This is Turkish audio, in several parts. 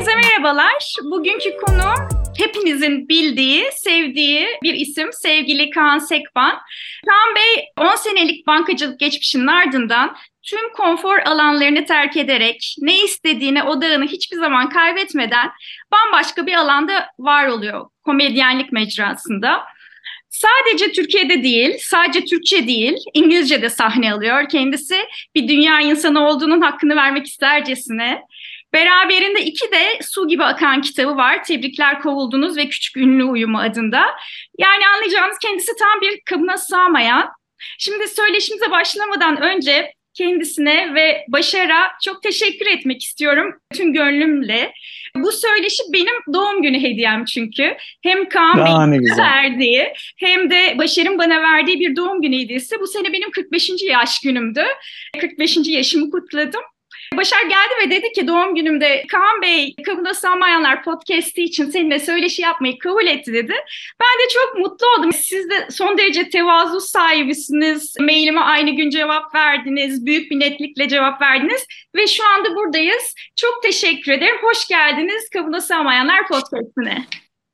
Herkese merhabalar. Bugünkü konuğum hepinizin bildiği, sevdiği bir isim sevgili Kaan Sekban. Kaan Bey 10 senelik bankacılık geçmişinin ardından tüm konfor alanlarını terk ederek ne istediğine odağını hiçbir zaman kaybetmeden bambaşka bir alanda var oluyor komedyenlik mecrasında. Sadece Türkiye'de değil, sadece Türkçe değil, İngilizce de sahne alıyor. Kendisi bir dünya insanı olduğunun hakkını vermek istercesine. Beraberinde 2 de Su Gibi Akan kitabı var. Tebrikler Kovuldunuz ve Küçük Ünlü Uyumu adında. Yani anlayacağınız kendisi tam bir kabına sığamayan. Şimdi söyleşimize başlamadan önce kendisine ve Başar'a çok teşekkür etmek istiyorum tüm gönlümle. Bu söyleşi benim doğum günü hediyem çünkü. Hem Kaan Bey'in verdiği hem de Başar'ın bana verdiği bir doğum günü hediyesi. Bu sene benim 45. yaş günümdü. 45. yaşımı kutladım. Başar geldi ve dedi ki doğum günümde Kaan Bey Kabına Sığmayanlar podcast'i için seninle söyleşi yapmayı kabul etti dedi. Ben de çok mutlu oldum. Siz de son derece tevazu sahibisiniz. Mailime aynı gün cevap verdiniz. Büyük bir netlikle cevap verdiniz. Ve şu anda buradayız. Çok teşekkür ederim. Hoş geldiniz Kabına Sığmayanlar podcast'ine.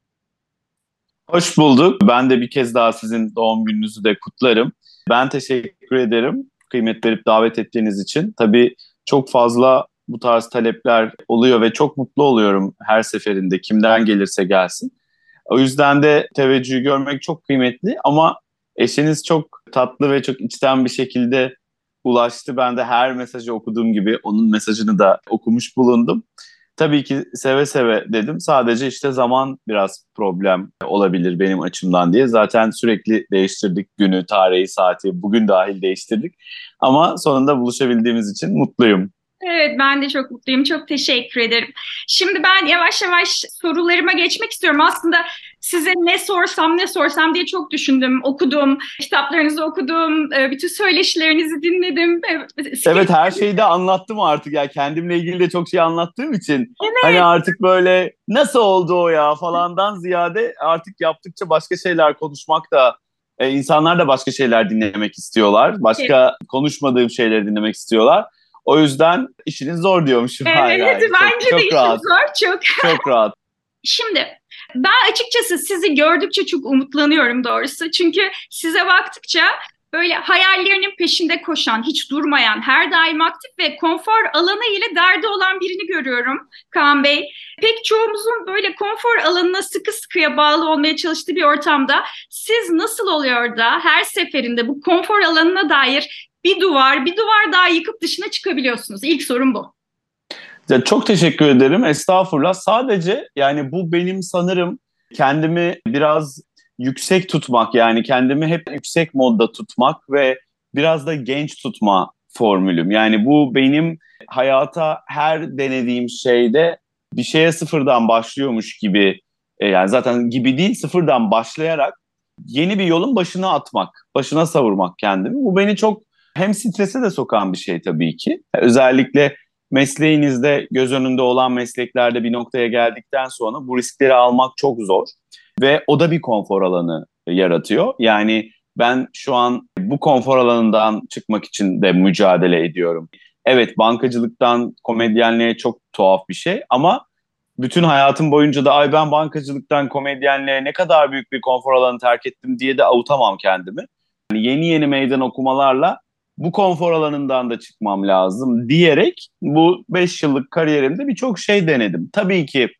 Hoş bulduk. Ben de bir kez daha sizin doğum gününüzü de kutlarım. Ben teşekkür ederim kıymet verip davet ettiğiniz için. Tabii çok fazla bu tarz talepler oluyor ve çok mutlu oluyorum her seferinde kimden gelirse gelsin. O yüzden de teveccühü görmek çok kıymetli ama eşiniz çok tatlı ve çok içten bir şekilde ulaştı. Ben de her mesajı okuduğum gibi onun mesajını da okumuş bulundum. Tabii ki seve seve dedim. Sadece işte zaman biraz problem olabilir benim açımdan diye. Zaten sürekli değiştirdik günü, tarihi, saati, bugün dahil değiştirdik. Ama sonunda buluşabildiğimiz için mutluyum. Evet, ben de çok mutluyum. Çok teşekkür ederim. Şimdi ben yavaş yavaş sorularıma geçmek istiyorum. Aslında size ne sorsam diye çok düşündüm. Okudum, kitaplarınızı okudum, bütün söyleşilerinizi dinledim. Evet, her şeyi de anlattım artık ya. Kendimle ilgili de çok şey anlattığım için. Evet. Hani artık böyle nasıl oldu o ya falandan ziyade artık yaptıkça başka şeyler konuşmak da insanlar da başka şeyler dinlemek istiyorlar. Başka konuşmadığım şeyleri dinlemek istiyorlar. O yüzden işiniz zor diyormuşum. Evet, Hayır. bence çok de rahat. işim zor, çok. Çok rahat. Şimdi ben açıkçası sizi gördükçe çok umutlanıyorum doğrusu. Çünkü size baktıkça böyle hayallerinin peşinde koşan, hiç durmayan, her daim aktif ve konfor alanı ile derdi olan birini görüyorum Kaan Bey. Pek çoğumuzun böyle konfor alanına sıkı sıkıya bağlı olmaya çalıştığı bir ortamda siz nasıl oluyor da her seferinde bu konfor alanına dair bir duvar daha yıkıp dışına çıkabiliyorsunuz? İlk sorum bu. Ya çok teşekkür ederim. Estağfurullah. Sadece yani bu benim sanırım kendimi biraz yüksek tutmak, yani kendimi hep yüksek modda tutmak ve biraz da genç tutma formülüm. Yani bu benim hayata her denediğim şeyde bir şeye sıfırdan başlıyormuş gibi, yani zaten gibi değil, sıfırdan başlayarak yeni bir yolun başına atmak, başına savurmak kendimi. Bu beni çok hem strese de sokan bir şey tabii ki. Özellikle mesleğinizde göz önünde olan mesleklerde bir noktaya geldikten sonra bu riskleri almak çok zor ve o da bir konfor alanı yaratıyor. Yani ben şu an bu konfor alanından çıkmak için de mücadele ediyorum. Evet, bankacılıktan komedyenliğe çok tuhaf bir şey ama bütün hayatım boyunca da ay ben bankacılıktan komedyenliğe ne kadar büyük bir konfor alanı terk ettim diye de avutamam kendimi. Yani yeni meydan okumalarla bu konfor alanından da çıkmam lazım diyerek bu 5 yıllık kariyerimde birçok şey denedim. Tabii ki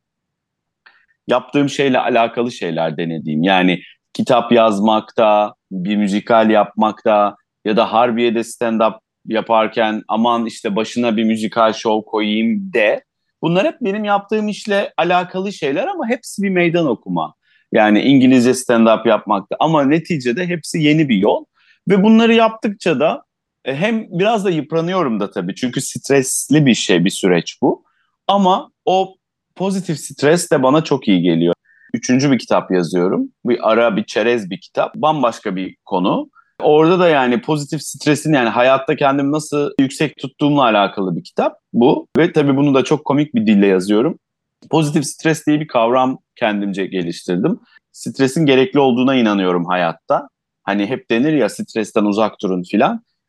yaptığım şeyle alakalı şeyler denediğim. Yani kitap yazmakta, bir müzikal yapmakta ya da Harbiye'de stand-up yaparken aman işte başına bir müzikal show koyayım de. Bunlar hep benim yaptığım işle alakalı şeyler ama hepsi bir meydan okuma. Yani İngilizce stand-up yapmakta ama neticede hepsi yeni bir yol. Ve bunları yaptıkça da hem biraz da yıpranıyorum da tabii. Çünkü stresli bir şey, bir süreç bu. Ama o pozitif stres de bana çok iyi geliyor. 3. bir kitap yazıyorum. Bir çerez bir kitap. Bambaşka bir konu. Orada da yani pozitif stresin, yani hayatta kendimi nasıl yüksek tuttuğumla alakalı bir kitap bu. Ve tabii bunu da çok komik bir dille yazıyorum. Pozitif stres diye bir kavram kendimce geliştirdim. Stresin gerekli olduğuna inanıyorum hayatta. Hani hep denir ya stresten uzak durun filan.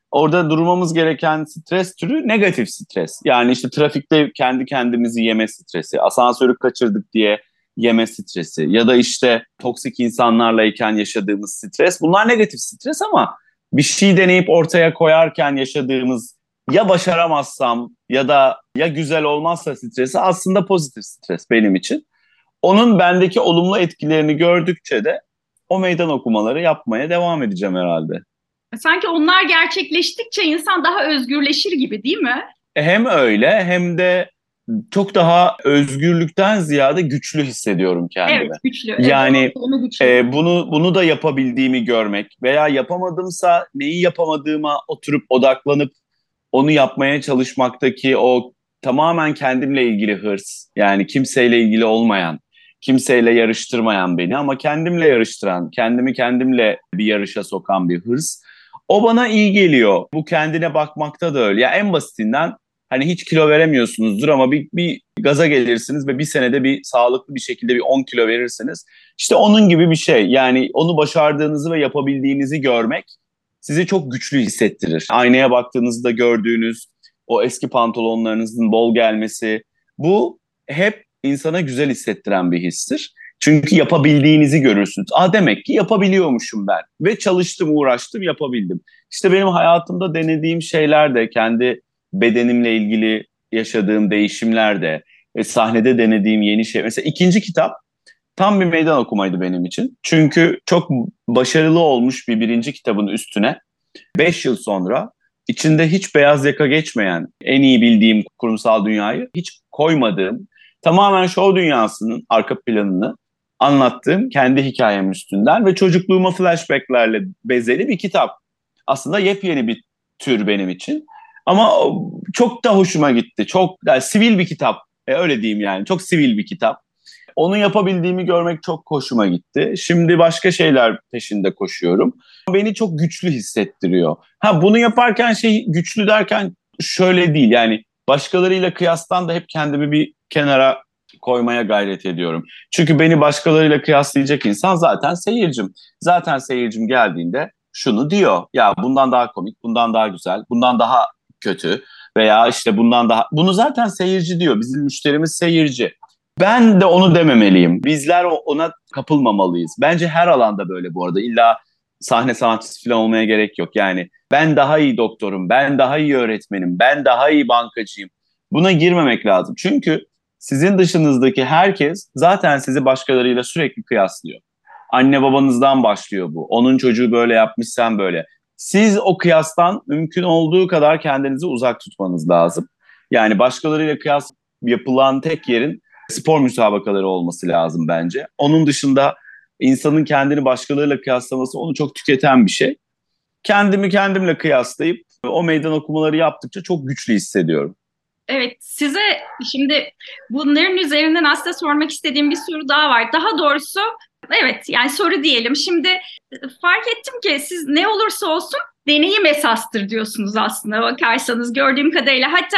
Orada durmamız gereken stres türü negatif stres. Yani işte trafikte kendi kendimizi yeme stresi, asansörü kaçırdık diye yeme stresi ya da işte toksik insanlarlayken yaşadığımız stres. Bunlar negatif stres ama bir şey deneyip ortaya koyarken yaşadığımız ya başaramazsam ya da ya güzel olmazsa stresi aslında pozitif stres benim için. Onun bendeki olumlu etkilerini gördükçe de o meydan okumaları yapmaya devam edeceğim herhalde. Sanki onlar gerçekleştikçe insan daha özgürleşir gibi, değil mi? Hem öyle hem de çok daha özgürlükten ziyade güçlü hissediyorum Evet, kendimi. güçlü. Yani Doğru, güçlü. bunu da yapabildiğimi görmek veya yapamadımsa neyi yapamadığıma oturup odaklanıp onu yapmaya çalışmaktaki o tamamen kendimle ilgili hırs, yani kimseyle ilgili olmayan, kimseyle yarıştırmayan beni ama kendimle yarıştıran, kendimi kendimle bir yarışa sokan bir hırs. O bana iyi geliyor. Bu kendine bakmakta da öyle. Ya en basitinden hani hiç kilo veremiyorsunuzdur ama bir gaza gelirsiniz ve bir senede bir sağlıklı bir şekilde bir 10 kilo verirsiniz. İşte onun gibi bir şey. Yani onu başardığınızı ve yapabildiğinizi görmek sizi çok güçlü hissettirir. Aynaya baktığınızda gördüğünüz o eski pantolonlarınızın bol gelmesi, bu hep insana güzel hissettiren bir histir. Çünkü yapabildiğinizi görürsünüz. Demek ki yapabiliyormuşum ben. Ve çalıştım, uğraştım, yapabildim. İşte benim hayatımda denediğim şeyler de, kendi bedenimle ilgili yaşadığım değişimler de ve sahnede denediğim yeni şey. Mesela ikinci kitap tam bir meydan okumaydı benim için. Çünkü çok başarılı olmuş bir birinci kitabın üstüne 5 yıl sonra içinde hiç beyaz yaka geçmeyen, en iyi bildiğim kurumsal dünyayı hiç koymadığım, tamamen show dünyasının arka planını anlattığım kendi hikayem üstünden ve çocukluğuma flashbacklerle bezeli bir kitap. Aslında yepyeni bir tür benim için. Ama çok da hoşuma gitti. Çok yani sivil bir kitap. Öyle diyeyim yani. Çok sivil bir kitap. Onu yapabildiğimi görmek çok hoşuma gitti. Şimdi başka şeyler peşinde koşuyorum. Beni çok güçlü hissettiriyor. Bunu yaparken güçlü derken şöyle değil. Yani başkalarıyla kıyastan da hep kendimi bir kenara koymaya gayret ediyorum. Çünkü beni başkalarıyla kıyaslayacak insan zaten seyircim. Zaten seyircim geldiğinde şunu diyor. Ya bundan daha komik, bundan daha güzel, bundan daha kötü veya işte bundan daha... Bunu zaten seyirci diyor. Bizim müşterimiz seyirci. Ben de onu dememeliyim. Bizler ona kapılmamalıyız. Bence her alanda böyle bu arada. İlla sahne sanatçısı falan olmaya gerek yok. Yani ben daha iyi doktorum, ben daha iyi öğretmenim, ben daha iyi bankacıyım. Buna girmemek lazım. Çünkü sizin dışınızdaki herkes zaten sizi başkalarıyla sürekli kıyaslıyor. Anne babanızdan başlıyor bu. Onun çocuğu böyle yapmış, sen böyle. Siz o kıyastan mümkün olduğu kadar kendinizi uzak tutmanız lazım. Yani başkalarıyla kıyas yapılan tek yerin spor müsabakaları olması lazım bence. Onun dışında insanın kendini başkalarıyla kıyaslaması onu çok tüketen bir şey. Kendimi kendimle kıyaslayıp o meydan okumaları yaptıkça çok güçlü hissediyorum. Evet, size şimdi bunların üzerinden aslında sormak istediğim bir soru daha var. Daha doğrusu, evet, yani soru diyelim. Şimdi fark ettim ki siz ne olursa olsun deneyim esastır diyorsunuz aslında bakarsanız gördüğüm kadarıyla. Hatta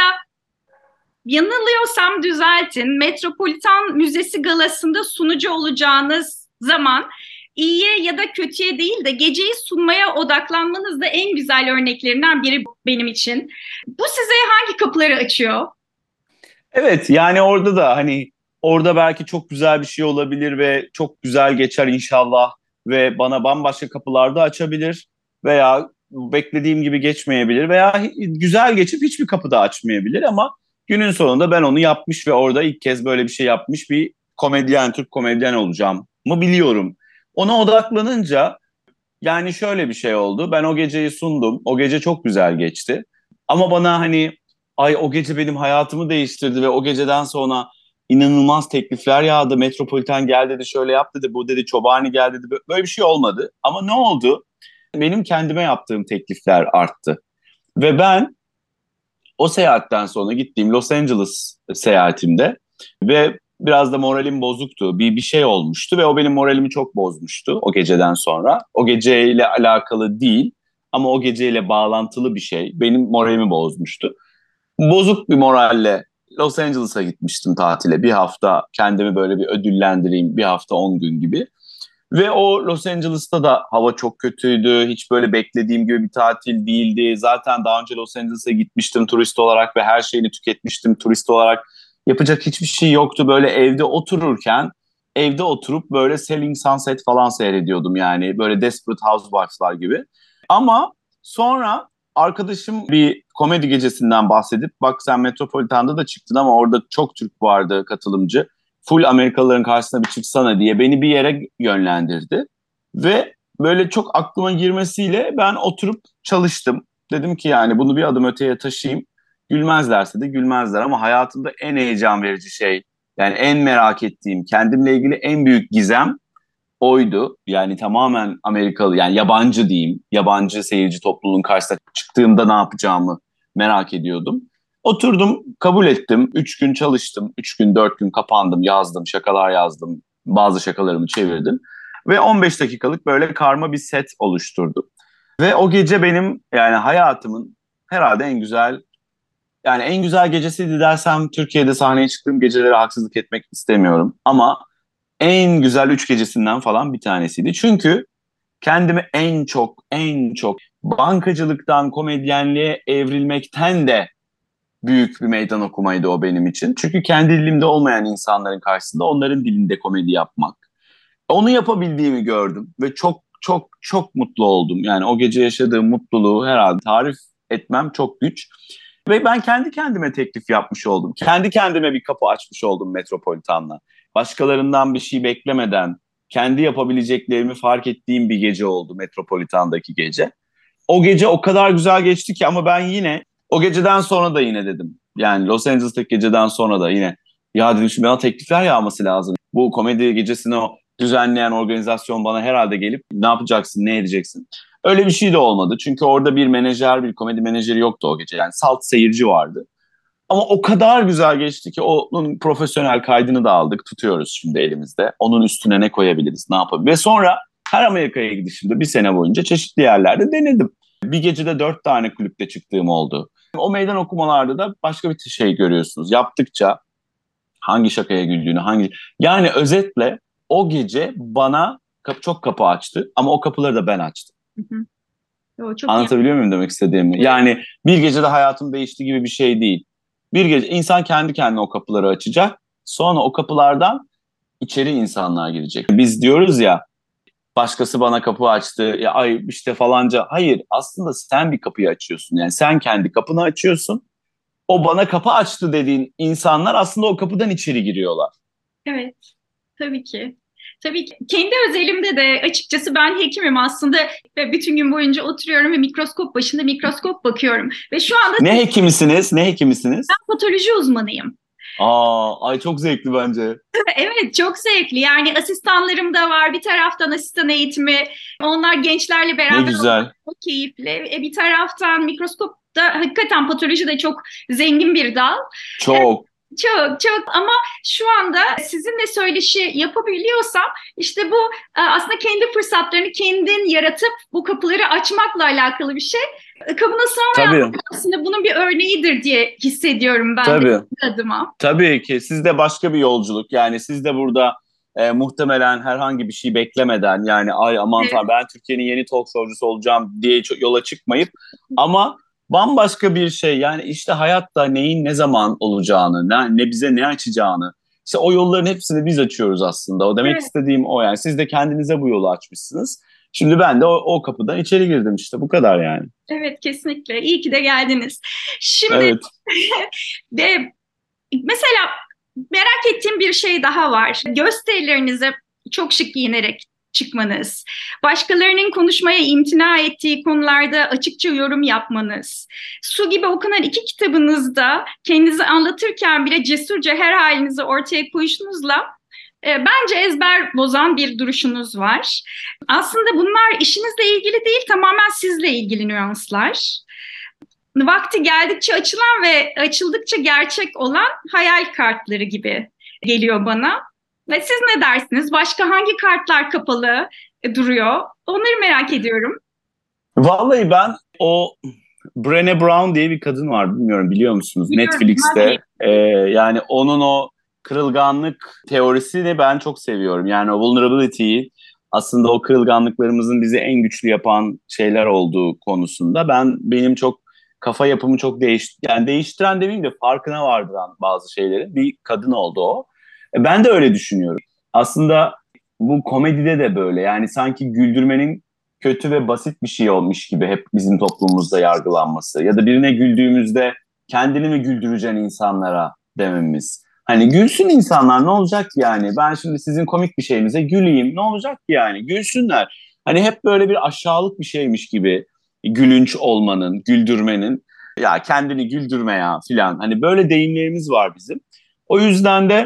yanılıyorsam düzeltin. Metropolitan Müzesi galasında sunucu olacağınız zaman iyiye ya da kötüye değil de geceyi sunmaya odaklanmanız da en güzel örneklerinden biri benim için. Bu size hangi kapıları açıyor? Evet, yani orada da hani orada belki çok güzel bir şey olabilir ve çok güzel geçer inşallah ve bana bambaşka kapılarda açabilir veya beklediğim gibi geçmeyebilir veya güzel geçip hiçbir kapı da açmayabilir ama günün sonunda ben onu yapmış ve orada ilk kez böyle bir şey yapmış bir komedyen, Türk komedyen olacağım mı biliyorum. Ona odaklanınca yani şöyle bir şey oldu. Ben o geceyi sundum. O gece çok güzel geçti. Ama bana hani ay o gece benim hayatımı değiştirdi ve o geceden sonra inanılmaz teklifler yağdı. Metropolitan gel dedi, şöyle yap dedi, bu dedi, Çobani gel dedi. Böyle bir şey olmadı. Ama ne oldu? Benim kendime yaptığım teklifler arttı. Ve ben o seyahatten sonra gittiğim Los Angeles seyahatimde ve biraz da moralim bozuktu. Bir şey olmuştu ve o benim moralimi çok bozmuştu o geceden sonra. O geceyle alakalı değil ama o geceyle bağlantılı bir şey benim moralimi bozmuştu. Bozuk bir moralle Los Angeles'a gitmiştim tatile. Bir hafta kendimi böyle bir ödüllendireyim. Bir hafta 10 gün gibi. Ve o Los Angeles'ta da hava çok kötüydü. Hiç böyle beklediğim gibi bir tatil değildi. Zaten daha önce Los Angeles'a gitmiştim turist olarak ve her şeyini tüketmiştim turist olarak. Yapacak hiçbir şey yoktu. Böyle evde otururken evde oturup böyle Selling Sunset falan seyrediyordum yani. Böyle Desperate Housewives'lar gibi. Ama sonra arkadaşım bir komedi gecesinden bahsedip bak sen Metropolitan'da da çıktın ama orada çok Türk vardı katılımcı. Full Amerikalıların karşısına bir çıksana diye beni bir yere yönlendirdi. Ve böyle çok aklıma girmesiyle ben oturup çalıştım. Dedim ki yani bunu bir adım öteye taşıyayım. Gülmezlerse de gülmezler ama hayatımda en heyecan verici şey, yani en merak ettiğim, kendimle ilgili en büyük gizem oydu. Yani tamamen Amerikalı, yani yabancı diyeyim. Yabancı seyirci topluluğun karşısına çıktığımda ne yapacağımı merak ediyordum. Oturdum, kabul ettim. 3 gün çalıştım. 3 gün, 4 gün kapandım, yazdım, şakalar yazdım. Bazı şakalarımı çevirdim. Ve 15 dakikalık böyle karma bir set oluşturdum. Ve o gece benim yani hayatımın herhalde en güzel, yani en güzel gecesiydi dersem Türkiye'de sahneye çıktığım gecelere haksızlık etmek istemiyorum. Ama en güzel 3 gecesinden falan bir tanesiydi. Çünkü kendimi en çok bankacılıktan komedyenliğe evrilmekten de büyük bir meydan okumaydı o benim için. Çünkü kendi dilimde olmayan insanların karşısında onların dilinde komedi yapmak. Onu yapabildiğimi gördüm ve çok mutlu oldum. Yani o gece yaşadığım mutluluğu herhalde tarif etmem çok güç. Ve ben kendi kendime teklif yapmış oldum. Kendi kendime bir kapı açmış oldum Metropolitan'la. Başkalarından bir şey beklemeden kendi yapabileceklerimi fark ettiğim bir gece oldu Metropolitan'daki gece. O gece o kadar güzel geçti ki ama ben yine o geceden sonra da yine dedim. Yani Los Angeles'taki geceden sonra da yine ya dedim şimdi bana teklifler yağması lazım. Bu komedi gecesini o düzenleyen organizasyon bana herhalde gelip ne yapacaksın, ne edeceksin? Öyle bir şey de olmadı. Çünkü orada bir menajer, bir komedi menajeri yoktu o gece. Yani salt seyirci vardı. Ama o kadar güzel geçti ki onun profesyonel kaydını da aldık. Tutuyoruz şimdi elimizde. Onun üstüne ne koyabiliriz, ne yapabiliriz? Ve sonra her Amerika'ya gidişimde bir sene boyunca çeşitli yerlerde denedim. Bir gecede 4 tane kulüpte çıktığım oldu. O meydan okumalarda da başka bir şey görüyorsunuz. Yaptıkça hangi şakaya güldüğünü, Yani özetle o gece bana çok kapı açtı ama o kapıları da ben açtım. Hı hı. O çok iyi. Anlatabiliyor muyum demek istediğimi? Yani bir gecede hayatım değişti gibi bir şey değil. Bir gece insan kendi kendine o kapıları açacak. Sonra o kapılardan içeri insanlar girecek. Biz diyoruz ya başkası bana kapı açtı. Ya ay işte falanca. Hayır, aslında sen bir kapıyı açıyorsun. Yani sen kendi kapını açıyorsun. O bana kapı açtı dediğin insanlar aslında o kapıdan içeri giriyorlar. Evet, tabii ki. Tabii ki. Kendi özelimde de açıkçası ben hekimim aslında ve bütün gün boyunca oturuyorum ve mikroskop başında mikroskop bakıyorum. Ve şu anda Ne hekimisiniz? Ne hekimisiniz? patoloji uzmanıyım. Ay çok zevkli bence. Evet, çok zevkli. Yani asistanlarım da var. Bir taraftan asistan eğitimi. Onlar gençlerle Ne beraber güzel. çok keyifli. Bir taraftan mikroskopta hakikaten patoloji de çok zengin bir dal. Çok. Çok çok ama şu anda sizinle söyleşi yapabiliyorsam işte bu aslında kendi fırsatlarını kendin yaratıp bu kapıları açmakla alakalı bir şey. Kabına sığamayan Tabii. aslında bunun bir örneğidir diye hissediyorum ben de Tabii. adıma. Tabii ki sizde başka bir yolculuk. Yani siz de burada muhtemelen herhangi bir şey beklemeden yani ay aman Evet, tanrım ben Türkiye'nin yeni talk showcusu olacağım diye yola çıkmayıp ama bambaşka bir şey. Yani işte hayatta neyin ne zaman olacağını, ne bize ne açacağını. İşte o yolların hepsini biz açıyoruz aslında. O demek evet, istediğim o yani. Siz de kendinize bu yolu açmışsınız. Şimdi ben de o kapıdan içeri girdim işte bu kadar yani. evet kesinlikle. İyi ki de geldiniz. Şimdi Evet. de mesela merak ettiğim bir şey daha var. Gösterilerinize çok şık giyinerek çıkmanız, başkalarının konuşmaya imtina ettiği konularda açıkça yorum yapmanız, Su gibi okunan 2 kitabınızda kendinizi anlatırken bile cesurca her halinizi ortaya koyuşunuzla bence ezber bozan bir duruşunuz var. Aslında bunlar işinizle ilgili değil, tamamen sizle ilgili nüanslar. Vakti geldikçe açılan ve açıldıkça gerçek olan hayal kartları gibi geliyor bana. Ve siz ne dersiniz? Başka hangi kartlar kapalı duruyor? Onları merak ediyorum. Vallahi ben o Brené Brown diye bir kadın var. Bilmiyorum biliyor musunuz? Biliyorum, bilmez miyim? Netflix'te. Yani onun o kırılganlık teorisini ben çok seviyorum. Yani o vulnerability'yi aslında o kırılganlıklarımızın bizi en güçlü yapan şeyler olduğu konusunda benim çok kafa yapımı çok yani değiştiren demeyeyim de farkına vardıran bazı şeylerin bir kadın oldu o. Ben de öyle düşünüyorum. Aslında bu komedide de böyle. Yani sanki güldürmenin kötü ve basit bir şey olmuş gibi hep bizim toplumumuzda yargılanması. Ya da birine güldüğümüzde kendini mi güldüreceksin insanlara dememiz. Hani gülsün insanlar, ne olacak ki yani? Ben şimdi sizin komik bir şeyinize güleyim, ne olacak ki yani? Gülsünler. Hani hep böyle bir aşağılık bir şeymiş gibi gülünç olmanın, güldürmenin, ya kendini güldürme ya filan. Hani böyle deyimlerimiz var bizim. O yüzden de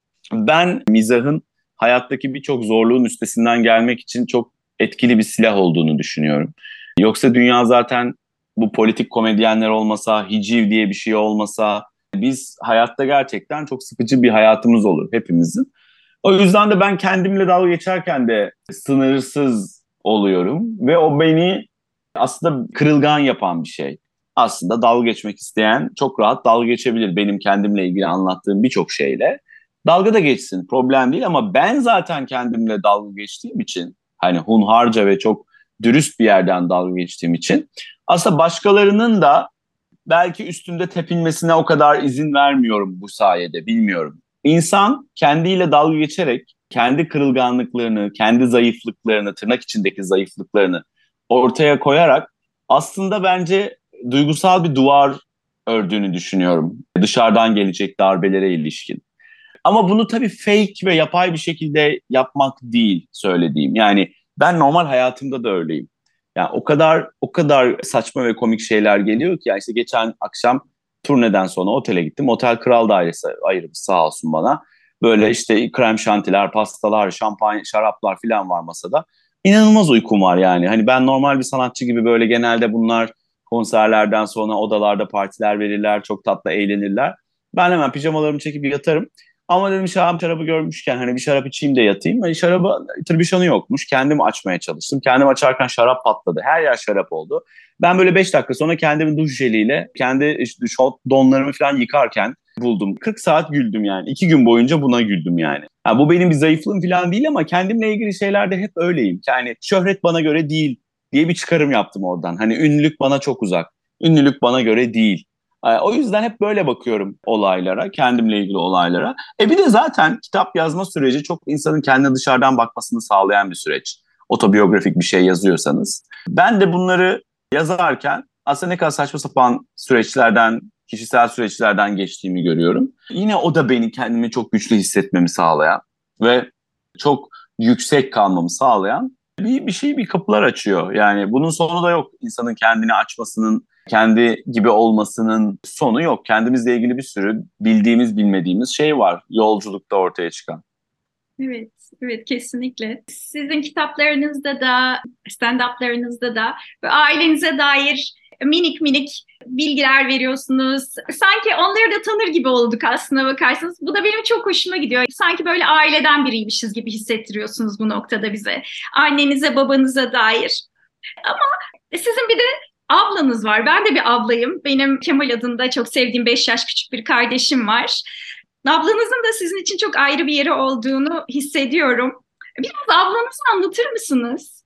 ben mizahın hayattaki birçok zorluğun üstesinden gelmek için çok etkili bir silah olduğunu düşünüyorum. Yoksa dünya zaten, bu politik komedyenler olmasa, hiciv diye bir şey olmasa, biz hayatta gerçekten çok sıkıcı bir hayatımız olur hepimizin. O yüzden de ben kendimle dalga geçerken de sınırsız oluyorum ve o beni aslında kırılgan yapan bir şey. Aslında dalga geçmek isteyen çok rahat dalga geçebilir benim kendimle ilgili anlattığım birçok şeyle. Dalga da geçsin, problem değil, ama ben zaten kendimle dalga geçtiğim için, hani hunharca ve çok dürüst bir yerden dalga geçtiğim için, aslında başkalarının da belki üstümde tepinmesine o kadar izin vermiyorum bu sayede, bilmiyorum. İnsan kendiyle dalga geçerek kendi kırılganlıklarını, kendi zayıflıklarını, tırnak içindeki zayıflıklarını ortaya koyarak aslında bence duygusal bir duvar ördüğünü düşünüyorum. Dışarıdan gelecek darbelere ilişkin. Ama bunu tabii fake ve yapay bir şekilde yapmak değil söylediğim. Yani ben normal hayatımda da öyleyim. Yani o kadar saçma ve komik şeyler geliyor ki. Yani işte geçen akşam turneden sonra otele gittim. Otel Kral Dairesi ayırmış sağ olsun bana. Böyle işte krem şantiler, pastalar, şampanya, şaraplar falan var masada. İnanılmaz uykum var yani. Hani ben normal bir sanatçı gibi böyle genelde bunlar konserlerden sonra odalarda partiler verirler. Çok tatlı eğlenirler. Ben hemen pijamalarımı çekip yatarım. Ama dedim şarabı görmüşken hani bir şarap içeyim de yatayım. Hani şarabı tribüşanı yokmuş. Kendim açmaya çalıştım. Kendim açarken şarap patladı. Her yer şarap oldu. Ben böyle 5 dakika sonra kendimi duş jeliyle kendi işte donlarımı falan yıkarken buldum. 40 saat güldüm yani. 2 gün boyunca buna güldüm yani. Ha, bu benim bir zayıflığım falan değil ama kendimle ilgili şeylerde hep öyleyim. Yani şöhret bana göre değil diye bir çıkarım yaptım oradan. Hani ünlülük bana çok uzak. Ünlülük bana göre değil. O yüzden hep böyle bakıyorum olaylara, kendimle ilgili olaylara. Bir de zaten kitap yazma süreci çok insanın kendine dışarıdan bakmasını sağlayan bir süreç. Otobiyografik bir şey yazıyorsanız. Ben de bunları yazarken aslında ne kadar saçma sapan süreçlerden, kişisel süreçlerden geçtiğimi görüyorum. Yine o da beni kendimi çok güçlü hissetmemi sağlayan ve çok yüksek kalmamı sağlayan bir kapılar açıyor. Yani bunun sonu da yok. İnsanın kendini açmasının, kendi gibi olmasının sonu yok. Kendimizle ilgili bir sürü bildiğimiz bilmediğimiz şey var yolculukta ortaya çıkan. Evet, evet kesinlikle. Sizin kitaplarınızda da, stand-up'larınızda da ve ailenize dair minik minik bilgiler veriyorsunuz. Sanki onları da tanır gibi olduk aslına bakarsanız. Bu da benim çok hoşuma gidiyor. Sanki böyle aileden biriymişiz gibi hissettiriyorsunuz bu noktada bize. Annenize, babanıza dair. Ama sizin bir de ablanız var. Ben de bir ablayım. Benim Kemal adında çok sevdiğim 5 yaş küçük bir kardeşim var. Ablanızın da sizin için çok ayrı bir yeri olduğunu hissediyorum. Biraz ablanızı anlatır mısınız?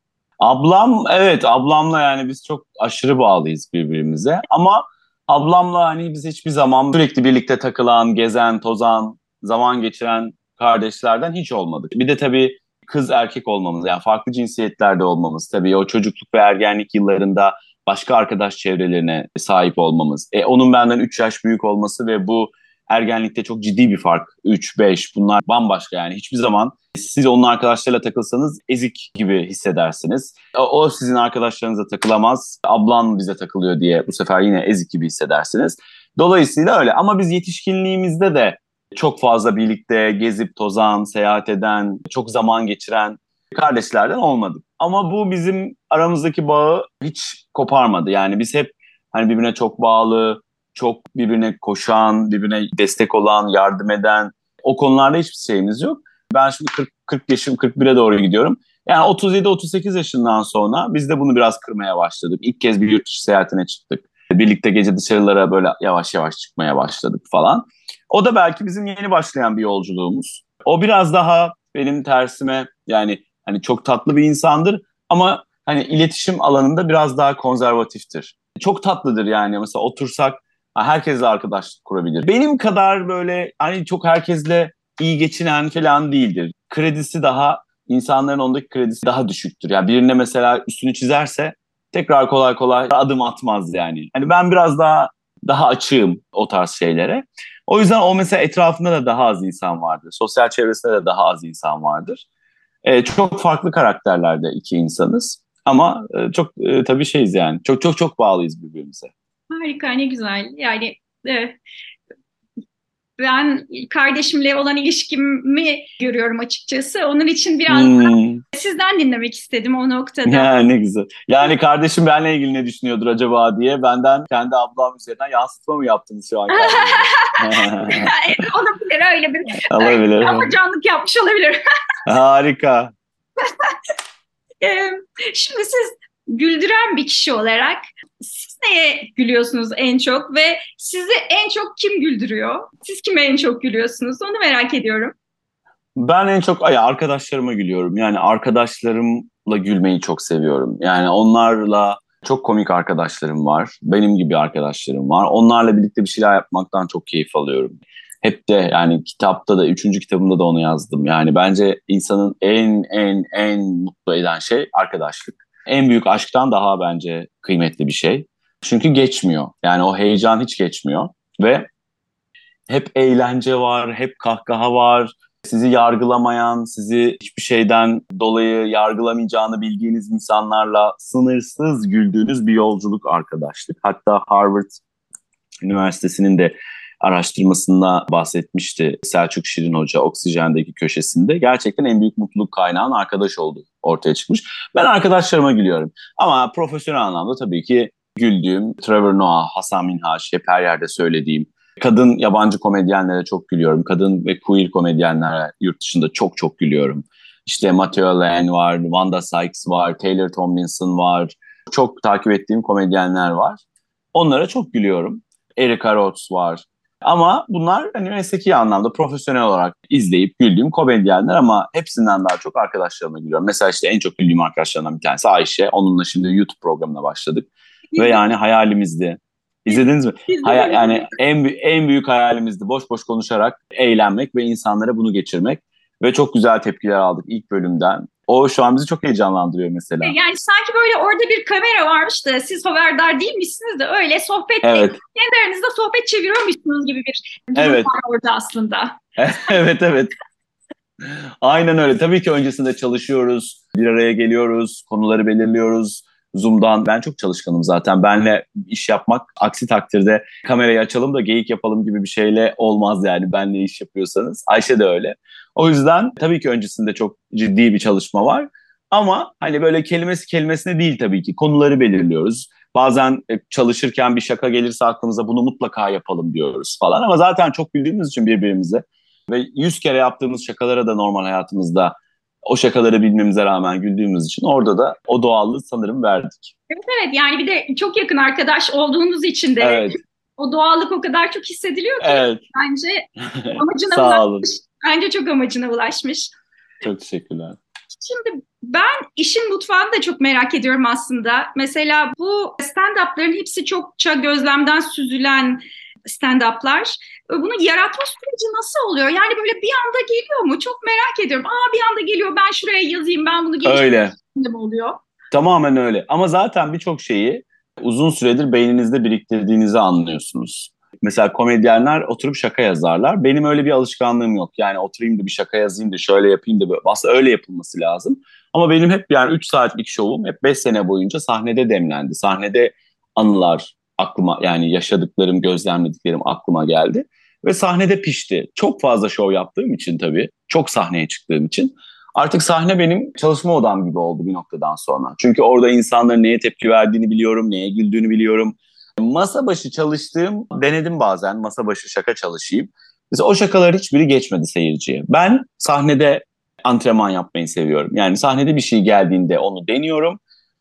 Evet, ablamla yani biz çok aşırı bağlıyız birbirimize. Ama ablamla hani biz hiçbir zaman sürekli birlikte takılan, gezen, tozan, zaman geçiren kardeşlerden hiç olmadık. Bir de tabii kız erkek olmamız, yani farklı cinsiyetlerde olmamız, tabii o çocukluk ve ergenlik yıllarında başka arkadaş çevrelerine sahip olmamız. Onun benden 3 yaş büyük olması ve bu ergenlikte çok ciddi bir fark. 3, 5 bunlar bambaşka yani. Hiçbir zaman siz onun arkadaşlarıyla takılsanız ezik gibi hissedersiniz. O sizin arkadaşlarınıza takılamaz. Ablan bize takılıyor diye bu sefer yine ezik gibi hissedersiniz. Dolayısıyla öyle. Ama biz yetişkinliğimizde de çok fazla birlikte gezip tozan, seyahat eden, çok zaman geçiren kardeşlerden olmadık. Ama bu bizim aramızdaki bağı hiç koparmadı. Yani biz hep hani birbirine çok bağlı, çok birbirine koşan, birbirine destek olan, yardım eden, o konularda hiçbir şeyimiz yok. Ben şimdi 40 yaşım 41'e doğru gidiyorum. Yani 37-38 yaşından sonra biz de bunu biraz kırmaya başladık. İlk kez bir yurt dışı seyahatine çıktık. Birlikte gece dışarılara böyle yavaş yavaş çıkmaya başladık falan. O da belki bizim yeni başlayan bir yolculuğumuz. O biraz daha benim tersime, yani Hani çok tatlı bir insandır ama hani iletişim alanında biraz daha konservatiftir. Çok tatlıdır yani. Mesela otursak herkesle arkadaşlık kurabilir. Benim kadar böyle hani çok herkesle iyi geçinen falan değildir. Kredisi daha, insanların ondaki kredisi daha düşüktür. Yani birine mesela üstünü çizerse tekrar kolay kolay adım atmaz yani. Hani ben biraz daha açığım o tarz şeylere. O yüzden o mesela etrafında da daha az insan vardır. Sosyal çevresinde de daha az insan vardır. Çok farklı karakterlerde iki insanız. Ama çok tabii şeyiz yani. Çok çok çok bağlıyız birbirimize. Harika, ne güzel. Yani e, ben kardeşimle olan ilişkimi görüyorum açıkçası. Onun için biraz Hmm. sizden dinlemek istedim o noktada. Ya ne güzel. Yani kardeşim benle ilgili ne düşünüyordur acaba diye benden kendi ablam üzerinden yansıtma mı yaptınız şu an kendinize? Olabilir, öyle bir Olabilir. afacanlık yapmış olabilir. Harika. Ee, Şimdi siz güldüren bir kişi olarak siz neye gülüyorsunuz en çok ve sizi en çok kim güldürüyor? Siz kime en çok gülüyorsunuz? Onu merak ediyorum. Ben en çok arkadaşlarıma gülüyorum. Yani arkadaşlarımla gülmeyi çok seviyorum. Yani onlarla çok komik arkadaşlarım var. Benim gibi arkadaşlarım var. Onlarla birlikte bir şeyler yapmaktan çok keyif alıyorum. Hep de yani kitapta da, üçüncü kitabımda da onu yazdım. Yani bence insanın en mutlu eden şey arkadaşlık. En büyük aşktan daha bence kıymetli bir şey. Çünkü geçmiyor. Yani o heyecan hiç geçmiyor. Ve hep eğlence var, hep kahkaha var. Sizi yargılamayan, sizi hiçbir şeyden dolayı yargılamayacağını bildiğiniz insanlarla sınırsız güldüğünüz bir yolculuk, arkadaşlık. Hatta Harvard Üniversitesi'nin de araştırmasında bahsetmişti Selçuk Şirin Hoca, Oksijen'deki köşesinde. Gerçekten en büyük mutluluk kaynağın arkadaş olduğu ortaya çıkmış. Ben arkadaşlarıma gülüyorum. Ama profesyonel anlamda tabii ki güldüğüm Trevor Noah, Hasan Minhaj, hep her yerde söylediğim kadın yabancı komedyenlere çok gülüyorum. Kadın ve queer komedyenlere yurt dışında çok çok gülüyorum. İşte Matteo Lane var, Wanda Sykes var, Taylor Tomlinson var. Çok takip ettiğim komedyenler var. Onlara çok gülüyorum. Erika Rhodes var. Ama bunlar hani mesleki anlamda profesyonel olarak izleyip güldüğüm komedyenler ama hepsinden daha çok arkadaşlarıma gülüyorum. Mesela işte en çok güldüğüm arkadaşlarımdan bir tanesi Ayşe. Onunla şimdi YouTube programına başladık. Ve İzledim, yani hayalimizdi. İzlediniz mi? izledim. Yani en büyük hayalimizdi boş boş konuşarak eğlenmek ve insanlara bunu geçirmek. Ve çok güzel tepkiler aldık ilk bölümden. O şu an bizi çok heyecanlandırıyor mesela. Yani sanki böyle orada bir kamera varmış da siz haberdar değilmişsiniz de öyle Evet, kendi aranızda sohbet çeviriyormuşsunuz gibi bir durum evet, var orada aslında. evet, evet. Aynen öyle. Tabii ki öncesinde çalışıyoruz, bir araya geliyoruz, konuları belirliyoruz. Zoom'dan ben çok çalışkanım zaten. Benle iş yapmak aksi takdirde kamerayı açalım da geyik yapalım gibi bir şeyle olmaz yani benle iş yapıyorsanız. Ayşe de öyle. O yüzden tabii ki öncesinde çok ciddi bir çalışma var. Ama hani böyle kelimesi kelimesine değil tabii ki. Konuları belirliyoruz. Bazen çalışırken bir şaka gelirse aklımıza bunu mutlaka yapalım diyoruz falan. Ama zaten çok bildiğimiz için birbirimize ve 100 kere yaptığımız şakalara da normal hayatımızda o şakaları bilmemize rağmen güldüğümüz için orada da o doğallığı sanırım verdik. Evet, evet, yani bir de çok yakın arkadaş olduğunuz için de Evet, o doğallık o kadar çok hissediliyor ki evet. bence amacına Sağ olun. ulaşmış. Bence çok amacına ulaşmış. Çok teşekkürler. Şimdi ben işin mutfağını da çok merak ediyorum aslında. Mesela bu stand-up'ların hepsi çokça gözlemden süzülen stand-up'lar. Bunu yaratma süreci nasıl oluyor? Yani böyle bir anda geliyor mu? Çok merak ediyorum. Bir anda geliyor, ben şuraya yazayım, ben bunu geliştireyim Öyle. mi oluyor? Tamamen öyle. Ama zaten birçok şeyi uzun süredir beyninizde biriktirdiğinizi anlıyorsunuz. Mesela komedyenler oturup şaka yazarlar. Benim öyle bir alışkanlığım yok. Yani oturayım da bir şaka yazayım da şöyle yapayım da böyle. Aslında öyle yapılması lazım. Ama benim hep yani 3 saatlik şovum hep 5 sene boyunca sahnede demlendi. Sahnede anılar aklıma, yani yaşadıklarım, gözlemlediklerim aklıma geldi. Ve sahnede pişti. Çok fazla şov yaptığım için tabii, çok sahneye çıktığım için artık sahne benim çalışma odam gibi oldu bir noktadan sonra. Çünkü orada insanların neye tepki verdiğini biliyorum, neye güldüğünü biliyorum. Masa başı çalıştığım, denedim bazen masa başı şaka çalışayım. Mesela o şakalar hiçbiri geçmedi seyirciye. Ben sahnede antrenman yapmayı seviyorum. Yani sahnede bir şey geldiğinde onu deniyorum.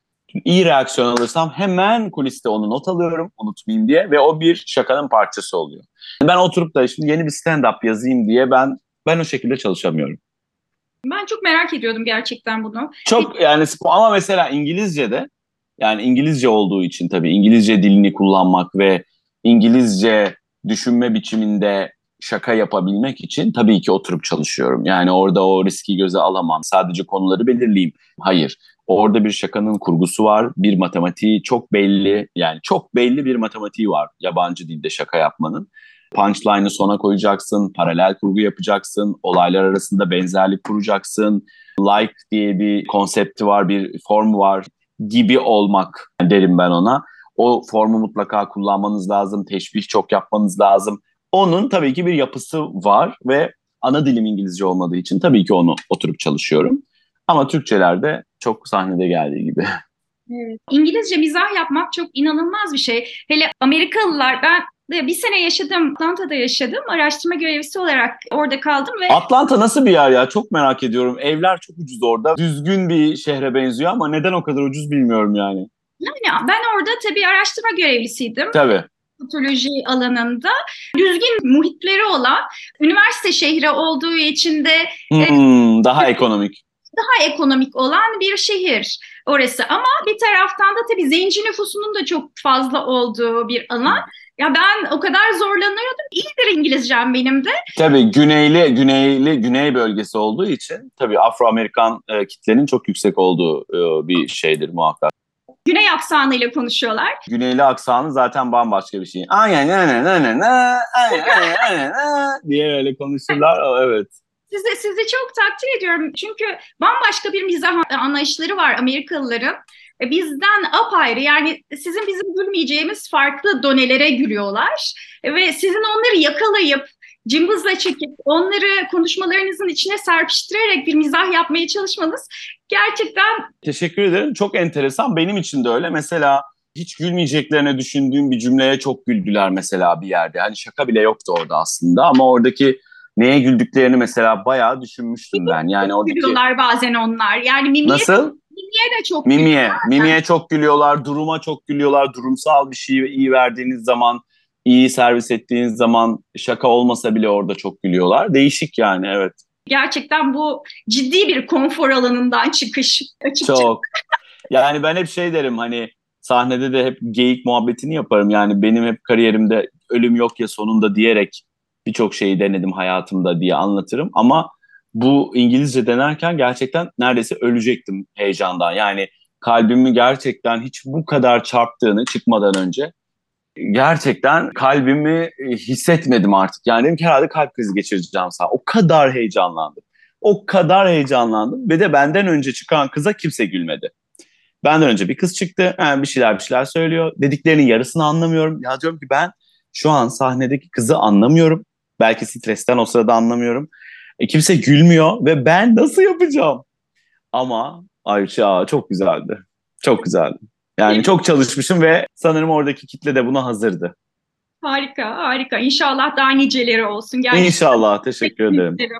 İyi reaksiyon alırsam hemen kuliste onu not alıyorum, unutmayayım diye, ve o bir şakanın parçası oluyor. Ben oturup da şimdi yeni bir stand-up yazayım diye ben o şekilde çalışamıyorum. Ben çok merak ediyordum gerçekten bunu. Çok yani ama mesela İngilizce'de yani İngilizce olduğu için tabii İngilizce dilini kullanmak ve İngilizce düşünme biçiminde şaka yapabilmek için tabii ki oturup çalışıyorum. Yani orada o riski göze alamam. Sadece konuları belirleyeyim. Hayır. Orada bir şakanın kurgusu var. Bir matematiği çok belli. Yani çok belli bir matematiği var yabancı dilde şaka yapmanın. Punchline'ı sona koyacaksın, paralel kurgu yapacaksın, olaylar arasında benzerlik kuracaksın. Like diye bir konsepti var, bir form var gibi olmak derim ben ona. O formu mutlaka kullanmanız lazım, teşbih çok yapmanız lazım. Onun tabii ki bir yapısı var ve ana dilim İngilizce olmadığı için tabii ki onu oturup çalışıyorum. Ama Türkçelerde çok sahnede geldiği gibi. Evet. İngilizce mizah yapmak çok inanılmaz bir şey. Hele Amerikalılar, ben de bir sene yaşadım, Atlanta'da yaşadım. Araştırma görevlisi olarak orada kaldım ve Atlanta nasıl bir yer ya? Çok merak ediyorum. Evler çok ucuz orada. Düzgün bir şehre benziyor ama neden o kadar ucuz bilmiyorum yani. yani ben orada tabii araştırma görevlisiydim. Tabii. Patoloji alanında düzgün muhitleri olan, üniversite şehri olduğu için de Daha ekonomik. daha ekonomik olan bir şehir orası. Ama bir taraftan da tabii zenci nüfusunun da çok fazla olduğu bir alan. Ya ben o kadar zorlanıyordum. İyidir İngilizcem benim de. Tabii güney bölgesi olduğu için tabii Afro-Amerikan kitlenin çok yüksek olduğu bir şeydir muhakkak. Güney aksanıyla konuşuyorlar. Güneyli aksanı zaten bambaşka bir şey. Aynen diye öyle konuşurlar. Evet. Sizi çok takdir ediyorum. Çünkü bambaşka bir mizah anlayışları var Amerikalıların. Bizden apayrı, yani sizin bizim gülmeyeceğimiz farklı donelere gülüyorlar. Ve sizin onları yakalayıp cımbızla çekip onları konuşmalarınızın içine serpiştirerek bir mizah yapmaya çalışmanız gerçekten... Teşekkür ederim. Çok enteresan. Benim için de öyle. Mesela hiç gülmeyeceklerini düşündüğüm bir cümleye çok güldüler mesela bir yerde. Hani şaka bile yoktu orada aslında ama oradaki neye güldüklerini mesela bayağı düşünmüştüm ben. Yani oradaki... Gülüyorlar bazen onlar. Yani Nasıl? mimiye de çok Mimiye. gülüyorlar. Mimiye çok gülüyorlar. Duruma çok gülüyorlar. Durumsal bir şeyi iyi verdiğiniz zaman, iyi servis ettiğiniz zaman şaka olmasa bile orada çok gülüyorlar. Değişik yani, evet. Gerçekten bu ciddi bir konfor alanından çıkış açıkçası. Çok. Yani ben hep şey derim, hani sahnede de hep geyik muhabbetini yaparım. Yani benim hep kariyerimde ölüm yok ya sonunda diyerek birçok şeyi denedim hayatımda diye anlatırım. Ama bu İngilizce denerken gerçekten neredeyse ölecektim heyecandan. Yani kalbimi gerçekten hiç bu kadar çarptığını çıkmadan önce gerçekten kalbimi hissetmedim artık. Yani dedim ki herhalde kalp krizi geçireceğim sana. O kadar heyecanlandım. O kadar heyecanlandım ve de benden önce çıkan kıza kimse gülmedi. Benden önce bir kız çıktı. Yani bir şeyler söylüyor. Dediklerinin yarısını anlamıyorum. Ya diyorum ki ben şu an sahnedeki kızı anlamıyorum. Belki stresten o sırada anlamıyorum. Kimse gülmüyor ve ben nasıl yapacağım? Ama Ayça çok güzeldi. Çok güzeldi. Yani çok çalışmışım ve sanırım oradaki kitle de buna hazırdı. Harika, harika. İnşallah daha niceleri olsun. Gerçekten İnşallah. Teşekkür ederim. isterim.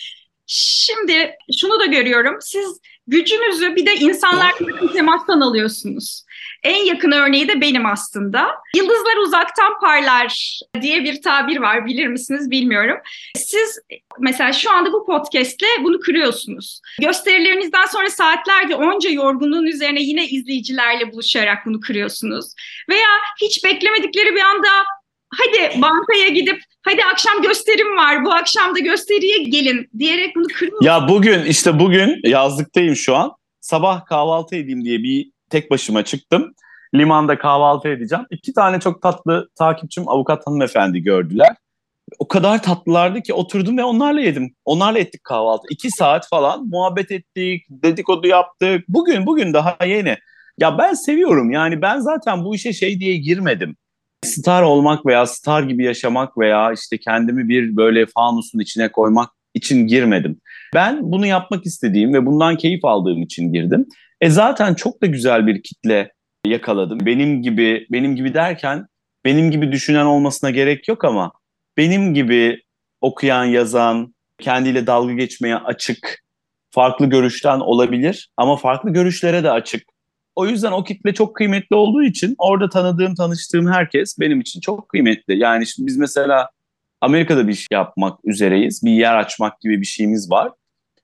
Şimdi şunu da görüyorum. Siz gücünüzü bir de insanlarla temastan alıyorsunuz. En yakın örneği de benim aslında. Yıldızlar uzaktan parlar diye bir tabir var. Bilir misiniz bilmiyorum. Siz mesela şu anda bu podcast'le bunu kırıyorsunuz. Gösterilerinizden sonra saatlerce onca yorgunluğun üzerine yine izleyicilerle buluşarak bunu kırıyorsunuz. Veya hiç beklemedikleri bir anda hadi bankaya gidip hadi akşam gösterim var, bu akşam da gösteriye gelin diyerek bunu kırıyor. Ya bugün yazlıktayım şu an. Sabah kahvaltı edeyim diye bir tek başıma çıktım. Limanda kahvaltı edeceğim. 2 tane çok tatlı takipçim avukat hanımefendi gördüler. O kadar tatlılardı ki oturdum ve onlarla yedim. Onlarla ettik kahvaltı. 2 saat falan muhabbet ettik, dedikodu yaptık. Bugün daha yeni. Ya ben seviyorum, yani ben zaten bu işe şey diye girmedim. Star olmak veya star gibi yaşamak veya işte kendimi bir böyle fanusun içine koymak için girmedim. Ben bunu yapmak istediğim ve bundan keyif aldığım için girdim. Zaten çok da güzel bir kitle yakaladım. Benim gibi derken benim gibi düşünen olmasına gerek yok ama benim gibi okuyan, yazan, kendiyle dalga geçmeye açık, farklı görüşten olabilir ama farklı görüşlere de açık. O yüzden o kitle çok kıymetli olduğu için orada tanıştığım herkes benim için çok kıymetli. Yani şimdi biz mesela Amerika'da bir iş yapmak üzereyiz. Bir yer açmak gibi bir şeyimiz var.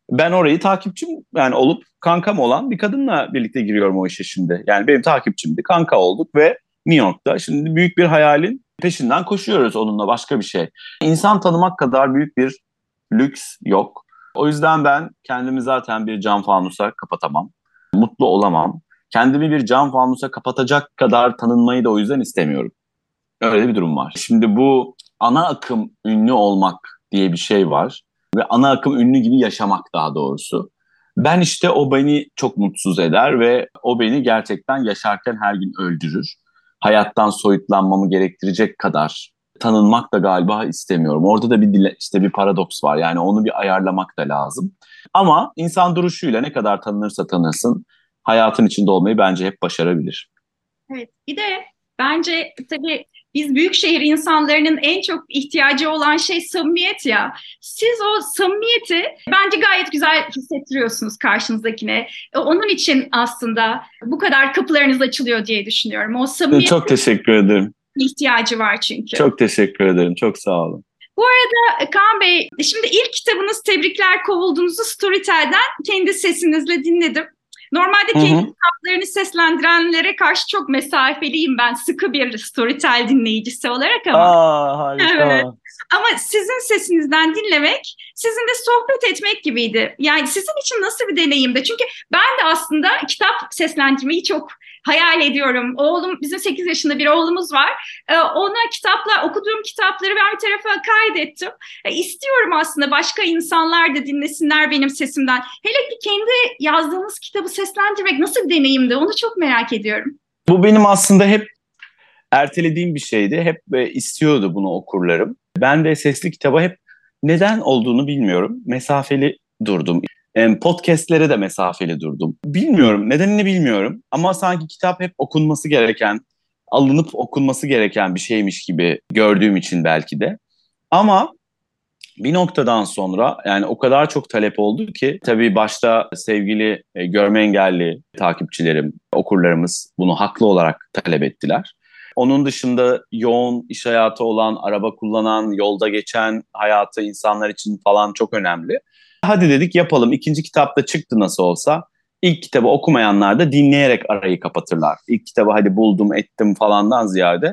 Ben orayı takipçim yani olup kankam olan bir kadınla birlikte giriyorum o işe şimdi. Yani benim takipçimdi, kanka olduk ve New York'ta şimdi büyük bir hayalin peşinden koşuyoruz onunla, başka bir şey. İnsan tanımak kadar büyük bir lüks yok. O yüzden ben kendimi zaten bir cam fanusa kapatamam. Mutlu olamam. Kendimi bir cam fanusa kapatacak kadar tanınmayı da o yüzden istemiyorum. Öyle bir durum var. Şimdi bu ana akım ünlü olmak diye bir şey var. Ve ana akım ünlü gibi yaşamak daha doğrusu. Ben işte o beni çok mutsuz eder ve o beni gerçekten yaşarken her gün öldürür. Hayattan soyutlanmamı gerektirecek kadar tanınmak da galiba istemiyorum. Orada da işte bir paradoks var. Yani onu bir ayarlamak da lazım. Ama insan duruşuyla ne kadar tanınırsa tanınsın hayatın içinde olmayı bence hep başarabilir. Evet, bir de bence tabii biz büyük şehir insanlarının en çok ihtiyacı olan şey samimiyet ya. Siz o samimiyeti bence gayet güzel hissettiriyorsunuz karşınızdakine. Onun için aslında bu kadar kapılarınız açılıyor diye düşünüyorum. O samimiyet Çok teşekkür ederim. ihtiyacı var çünkü. Çok teşekkür ederim. Çok sağ olun. Bu arada Kaan Bey, şimdi ilk kitabınız Tebrikler Kovulduğunuzu Storytel'den kendi sesinizle dinledim. Normalde Hı kendi hı. kitaplarını seslendirenlere karşı çok mesafeliyim ben, sıkı bir Storytel dinleyicisi olarak ama. Harika. Evet. Ama sizin sesinizden dinlemek, sizinle sohbet etmek gibiydi. Yani sizin için nasıl bir deneyimdi? Çünkü ben de aslında kitap seslendirmeyi çok hayal ediyorum. Oğlum, bizim 8 yaşında bir oğlumuz var. Ona okuduğum kitapları ben bir tarafa kaydettim. İstiyorum aslında başka insanlar da dinlesinler benim sesimden. Hele ki kendi yazdığınız kitabı seslendirmek nasıl bir deneyimdi? Onu çok merak ediyorum. Bu benim aslında hep ertelediğim bir şeydi. Hep istiyordu bunu okurlarım. Ben de sesli kitaba hep neden olduğunu bilmiyorum. Mesafeli durdum. Podcastlere de mesafeli durdum. Bilmiyorum, nedenini bilmiyorum. Ama sanki kitap hep okunması gereken, alınıp okunması gereken bir şeymiş gibi gördüğüm için belki de. Ama bir noktadan sonra yani o kadar çok talep oldu ki tabii başta sevgili görme engelli takipçilerim, okurlarımız bunu haklı olarak talep ettiler. Onun dışında yoğun iş hayatı olan, araba kullanan, yolda geçen hayatı insanlar için falan çok önemli. Hadi dedik yapalım. İkinci kitap da çıktı nasıl olsa. İlk kitabı okumayanlar da dinleyerek arayı kapatırlar. İlk kitabı hadi buldum ettim falandan ziyade.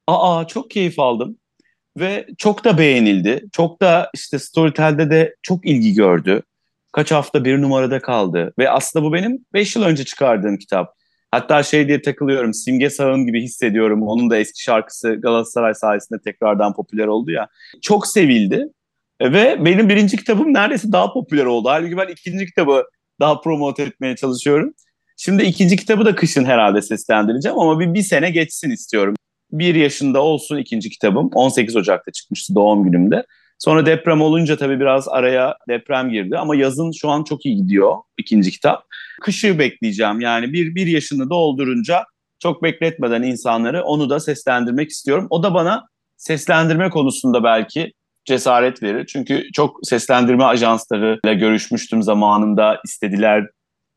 Çok keyif aldım. Ve çok da beğenildi. Çok da işte Storytel'de de çok ilgi gördü. Kaç hafta bir numarada kaldı. Ve aslında bu benim 5 yıl önce çıkardığım kitap. Hatta şey diye takılıyorum, Simge Sağım gibi hissediyorum. Onun da eski şarkısı Galatasaray sayesinde tekrardan popüler oldu ya. Çok sevildi. Ve benim birinci kitabım neredeyse daha popüler oldu. Halbuki ben ikinci kitabı daha promote etmeye çalışıyorum. Şimdi ikinci kitabı da kışın herhalde seslendireceğim ama bir sene geçsin istiyorum. 1 yaşında olsun ikinci kitabım. 18 Ocak'ta çıkmıştı doğum günümde. Sonra deprem olunca tabii biraz araya deprem girdi. Ama yazın şu an çok iyi gidiyor ikinci kitap. Kışı bekleyeceğim. Yani bir yaşını doldurunca çok bekletmeden insanları onu da seslendirmek istiyorum. O da bana seslendirme konusunda belki cesaret verir. Çünkü çok seslendirme ajanslarıyla görüşmüştüm zamanında, istediler,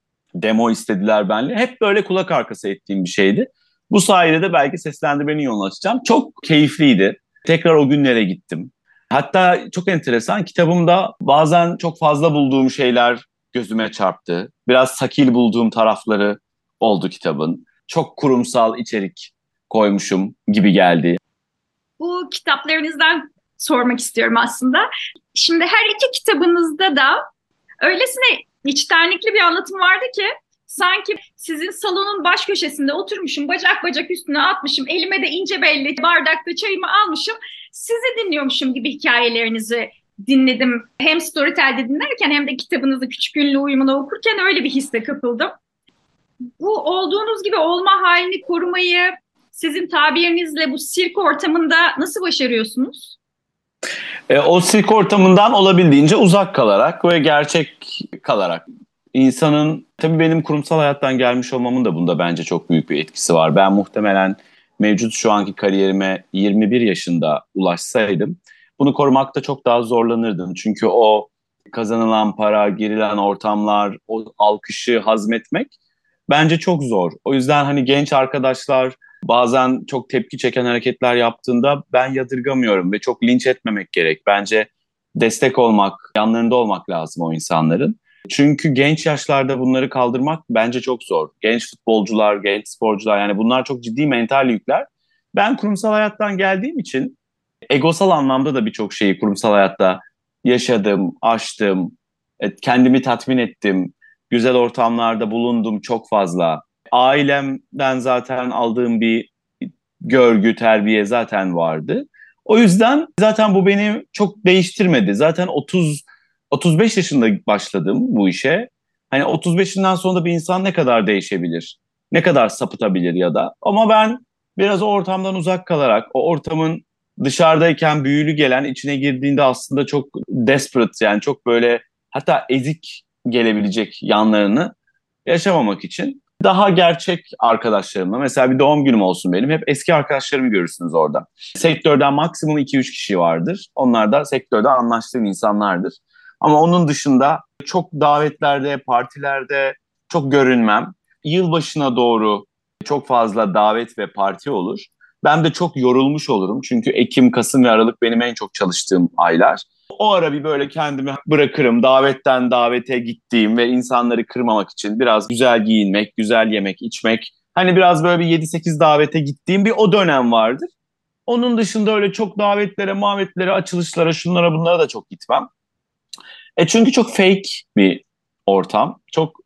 demo istediler benimle. Hep böyle kulak arkası ettiğim bir şeydi. Bu sayede de belki seslendirmenin yolunu açacağım. Çok keyifliydi. Tekrar o günlere gittim. Hatta çok enteresan, kitabımda bazen çok fazla bulduğum şeyler gözüme çarptı. Biraz sakil bulduğum tarafları oldu kitabın. Çok kurumsal içerik koymuşum gibi geldi. Bu kitaplarınızdan sormak istiyorum aslında. Şimdi her iki kitabınızda da öylesine içtenlikli bir anlatım vardı ki sanki sizin salonun baş köşesinde oturmuşum, bacak bacak üstüne atmışım, elime de ince belli bardakta çayımı almışım, sizi dinliyormuşum gibi hikayelerinizi dinledim. Hem Storytel'de dinlerken hem de kitabınızı Küçük Ünlü Uyumunu okurken öyle bir hisse kapıldım. Bu olduğunuz gibi olma halini korumayı sizin tabirinizle bu sirk ortamında nasıl başarıyorsunuz? O sirk ortamından olabildiğince uzak kalarak ve gerçek kalarak. İnsanın, tabii benim kurumsal hayattan gelmiş olmamın da bunda bence çok büyük bir etkisi var. Ben muhtemelen mevcut şu anki kariyerime 21 yaşında ulaşsaydım bunu korumakta çok daha zorlanırdım. Çünkü o kazanılan para, girilen ortamlar, o alkışı hazmetmek bence çok zor. O yüzden hani genç arkadaşlar bazen çok tepki çeken hareketler yaptığında ben yadırgamıyorum ve çok linç etmemek gerek. Bence destek olmak, yanlarında olmak lazım o insanların. Çünkü genç yaşlarda bunları kaldırmak bence çok zor. Genç futbolcular, genç sporcular, yani bunlar çok ciddi mental yükler. Ben kurumsal hayattan geldiğim için egosal anlamda da birçok şeyi kurumsal hayatta yaşadım, aştım, kendimi tatmin ettim. Güzel ortamlarda bulundum çok fazla. Ailemden zaten aldığım bir görgü, terbiye zaten vardı. O yüzden zaten bu beni çok değiştirmedi. Zaten 35 yaşında başladım bu işe. Hani 35'inden sonra bir insan ne kadar değişebilir? Ne kadar sapıtabilir ya da? Ama ben biraz o ortamdan uzak kalarak, o ortamın dışarıdayken büyülü gelen, içine girdiğinde aslında çok desperate, yani çok böyle hatta ezik gelebilecek yanlarını yaşamamak için daha gerçek arkadaşlarımla, mesela bir doğum günüm olsun benim, hep eski arkadaşlarımı görürsünüz orada. Sektörden maksimum 2-3 kişi vardır. Onlar da sektörde anlaştığım insanlardır. Ama onun dışında çok davetlerde, partilerde çok görünmem. Yılbaşına doğru çok fazla davet ve parti olur. Ben de çok yorulmuş olurum. Çünkü Ekim, Kasım ve Aralık benim en çok çalıştığım aylar. O ara bir böyle kendimi bırakırım. Davetten davete gittiğim ve insanları kırmamak için biraz güzel giyinmek, güzel yemek, içmek. Hani biraz böyle bir 7-8 davete gittiğim bir o dönem vardır. Onun dışında öyle çok davetlere, muhabbetlere, açılışlara, şunlara bunlara da çok gitmem. Çünkü çok fake bir ortam.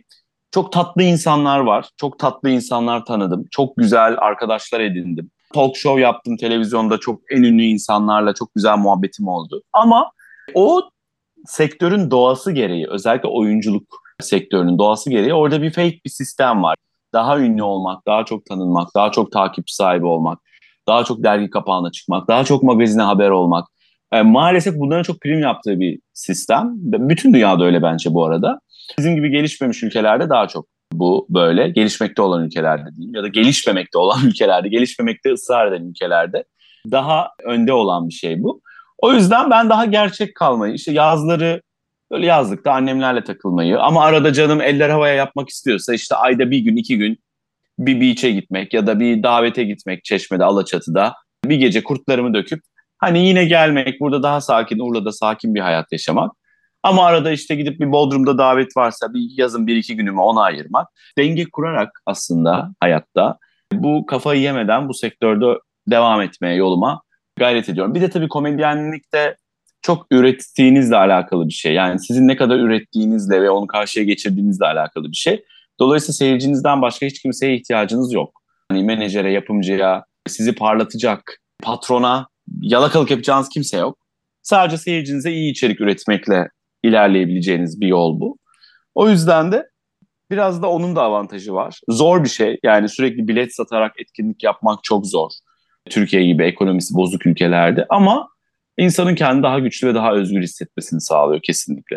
Çok tatlı insanlar var. Çok tatlı insanlar tanıdım. Çok güzel arkadaşlar edindim. Talk show yaptım televizyonda. Çok en ünlü insanlarla çok güzel muhabbetim oldu. Ama o sektörün doğası gereği, özellikle oyunculuk sektörünün doğası gereği orada bir fake bir sistem var. Daha ünlü olmak, daha çok tanınmak, daha çok takipçi sahibi olmak, daha çok dergi kapağına çıkmak, daha çok magazine haber olmak. Maalesef bunların çok prim yaptığı bir sistem. Bütün dünyada öyle bence bu arada. Bizim gibi gelişmemiş ülkelerde daha çok bu böyle. Gelişmekte olan ülkelerde diyeyim ya da gelişmemekte olan ülkelerde, gelişmemekte ısrar eden ülkelerde daha önde olan bir şey bu. O yüzden ben daha gerçek kalmayı, işte yazları böyle yazlıkta annemlerle takılmayı ama arada canım eller havaya yapmak istiyorsa işte ayda bir gün, 2 gün bir beach'e gitmek ya da bir davete gitmek Çeşme'de, Alaçatı'da bir gece kurtlarımı döküp hani yine gelmek, burada daha sakin, Urla'da sakin bir hayat yaşamak. Ama arada işte gidip bir Bodrum'da davet varsa bir yazın 1-2 günümü ona ayırmak. Denge kurarak aslında hayatta bu kafayı yemeden bu sektörde devam etmeye yoluma gayret ediyorum. Bir de tabii komedyenlik de çok ürettiğinizle alakalı bir şey. Yani sizin ne kadar ürettiğinizle ve onu karşıya geçirdiğinizle alakalı bir şey. Dolayısıyla seyircinizden başka hiç kimseye ihtiyacınız yok. Hani menajere, yapımcıya, sizi parlatacak, patrona yalakalık yapacağınız kimse yok. Sadece seyircinize iyi içerik üretmekle ilerleyebileceğiniz bir yol bu. O yüzden de biraz da onun da avantajı var. Zor bir şey. Yani sürekli bilet satarak etkinlik yapmak çok zor. Türkiye gibi ekonomisi bozuk ülkelerde. Ama insanın kendini daha güçlü ve daha özgür hissetmesini sağlıyor kesinlikle.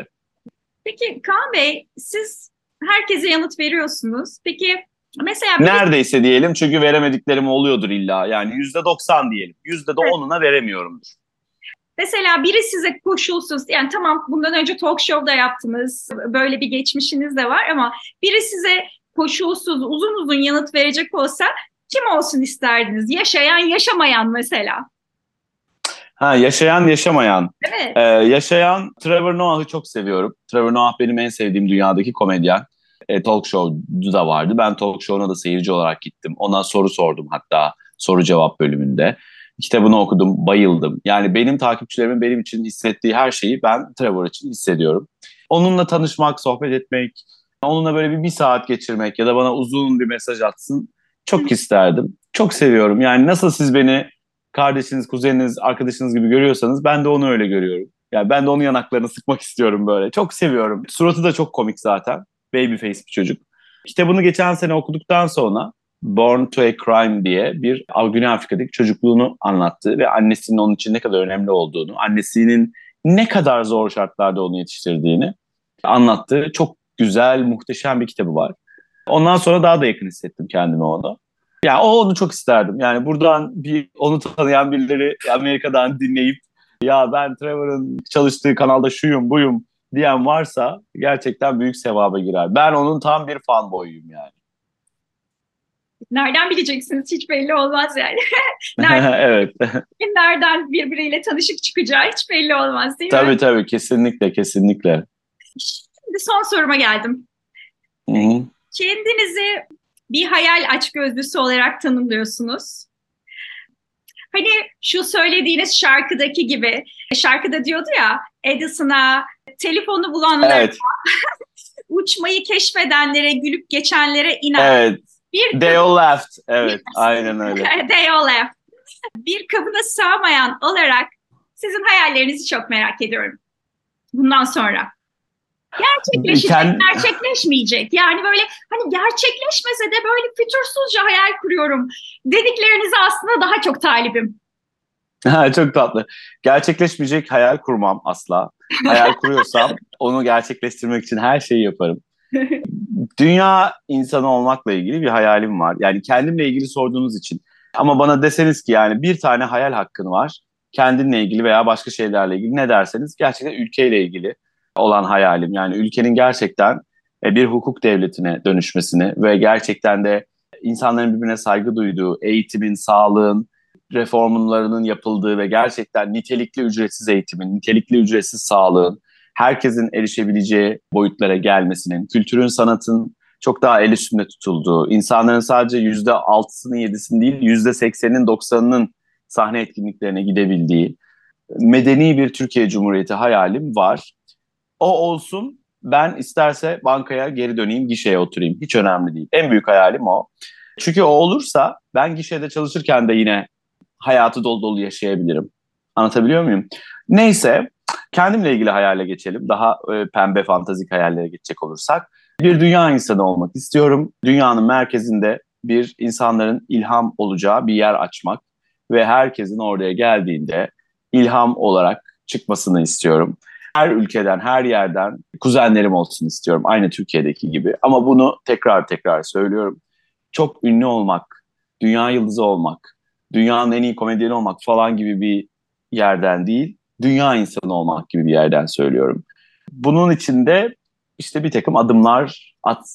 Peki Kaan Bey, siz herkese yanıt veriyorsunuz. Peki mesela Neredeyse diyelim, çünkü veremediklerim oluyordur illa. Yani %90 diyelim. %10'una veremiyorumdur. mesela biri size koşulsuz, yani tamam bundan önce talk show'da yaptınız, böyle bir geçmişiniz de var ama biri size koşulsuz uzun uzun yanıt verecek olsa kim olsun isterdiniz? Yaşayan, yaşamayan mesela. Ha, yaşayan yaşamayan. Evet. Yaşayan Trevor Noah'ı çok seviyorum. Trevor Noah benim en sevdiğim dünyadaki komedyen. Talk show'da da vardı. Ben talk show'una da seyirci olarak gittim. Ona soru sordum hatta soru cevap bölümünde. Kitabını okudum, bayıldım. Yani benim takipçilerimin benim için hissettiği her şeyi ben Trevor için hissediyorum. Onunla tanışmak, sohbet etmek, onunla böyle bir saat geçirmek ya da bana uzun bir mesaj atsın çok isterdim. Çok seviyorum. Yani nasıl siz beni kardeşiniz, kuzeniniz, arkadaşınız gibi görüyorsanız ben de onu öyle görüyorum. Yani ben de onun yanaklarını sıkmak istiyorum böyle. Çok seviyorum. Suratı da çok komik zaten. Babyface bir çocuk. Kitabını geçen sene okuduktan sonra Born to a Crime diye bir Güney Afrika'daki çocukluğunu anlattığı ve annesinin onun için ne kadar önemli olduğunu, annesinin ne kadar zor şartlarda onu yetiştirdiğini anlattığı çok güzel, muhteşem bir kitabı var. Ondan sonra daha da yakın hissettim kendimi ona. Yani onu çok isterdim. Yani buradan bir onu tanıyan birileri Amerika'dan dinleyip ya ben Trevor'ın çalıştığı kanalda şuyum buyum diyen varsa gerçekten büyük sevaba girer. Ben onun tam bir fanboyuyum yani. Nereden bileceksiniz? Hiç belli olmaz yani. Evet. Nereden birbiriyle tanışıp çıkacağı hiç belli olmaz değil mi? Tabii kesinlikle kesinlikle. Şimdi son soruma geldim. Hı hı. Kendinizi bir hayal açgözlüsü olarak tanımlıyorsunuz. Hani şu söylediğiniz şarkıdaki gibi, şarkıda diyordu ya, Edison'a, telefonu bulanlara, Evet. uçmayı keşfedenlere, gülüp geçenlere inan. Evet. Bir They kabı, all left. Evet. Aynen öyle. they all have. Bir kabına sığamayan olarak sizin hayallerinizi çok merak ediyorum. Bundan sonra. Gerçekleşecek, Kend... gerçekleşmeyecek. Yani böyle hani gerçekleşmese de böyle fütursuzca hayal kuruyorum dediklerinize aslında daha çok talibim. Ha, çok tatlı. Gerçekleşmeyecek hayal kurmam asla. Hayal kuruyorsam onu gerçekleştirmek için her şeyi yaparım. Dünya insanı olmakla ilgili bir hayalim var. Yani kendimle ilgili sorduğunuz için. Ama bana deseniz ki yani bir tane hayal hakkın var. Kendinle ilgili veya başka şeylerle ilgili ne derseniz gerçekten ülkeyle ilgili olan hayalim. Yani ülkenin gerçekten bir hukuk devletine dönüşmesini ve gerçekten de insanların birbirine saygı duyduğu, eğitimin, sağlığın, reformlarının yapıldığı ve gerçekten nitelikli ücretsiz eğitimin, nitelikli ücretsiz sağlığın, herkesin erişebileceği boyutlara gelmesinin, kültürün, sanatın çok daha el üstünde tutulduğu, insanların sadece %6'sının 7'sinin değil, %80'inin 90'ının sahne etkinliklerine gidebildiği medeni bir Türkiye Cumhuriyeti hayalim var. O olsun, ben isterse bankaya geri döneyim, gişeye oturayım. Hiç önemli değil. En büyük hayalim o. Çünkü o olursa ben gişede çalışırken de yine hayatı dolu dolu yaşayabilirim. Anlatabiliyor muyum? Neyse, kendimle ilgili hayale geçelim. Daha pembe fantastik hayallere geçecek olursak. Bir dünya insanı olmak istiyorum. Dünyanın merkezinde bir insanların ilham olacağı bir yer açmak ve herkesin oraya geldiğinde ilham olarak çıkmasını istiyorum. Her ülkeden, her yerden kuzenlerim olsun istiyorum. Aynı Türkiye'deki gibi. Ama bunu tekrar tekrar söylüyorum. Çok ünlü olmak, dünya yıldızı olmak, dünyanın en iyi komedyeni olmak falan gibi bir yerden değil, dünya insanı olmak gibi bir yerden söylüyorum. Bunun için de işte bir takım adımlar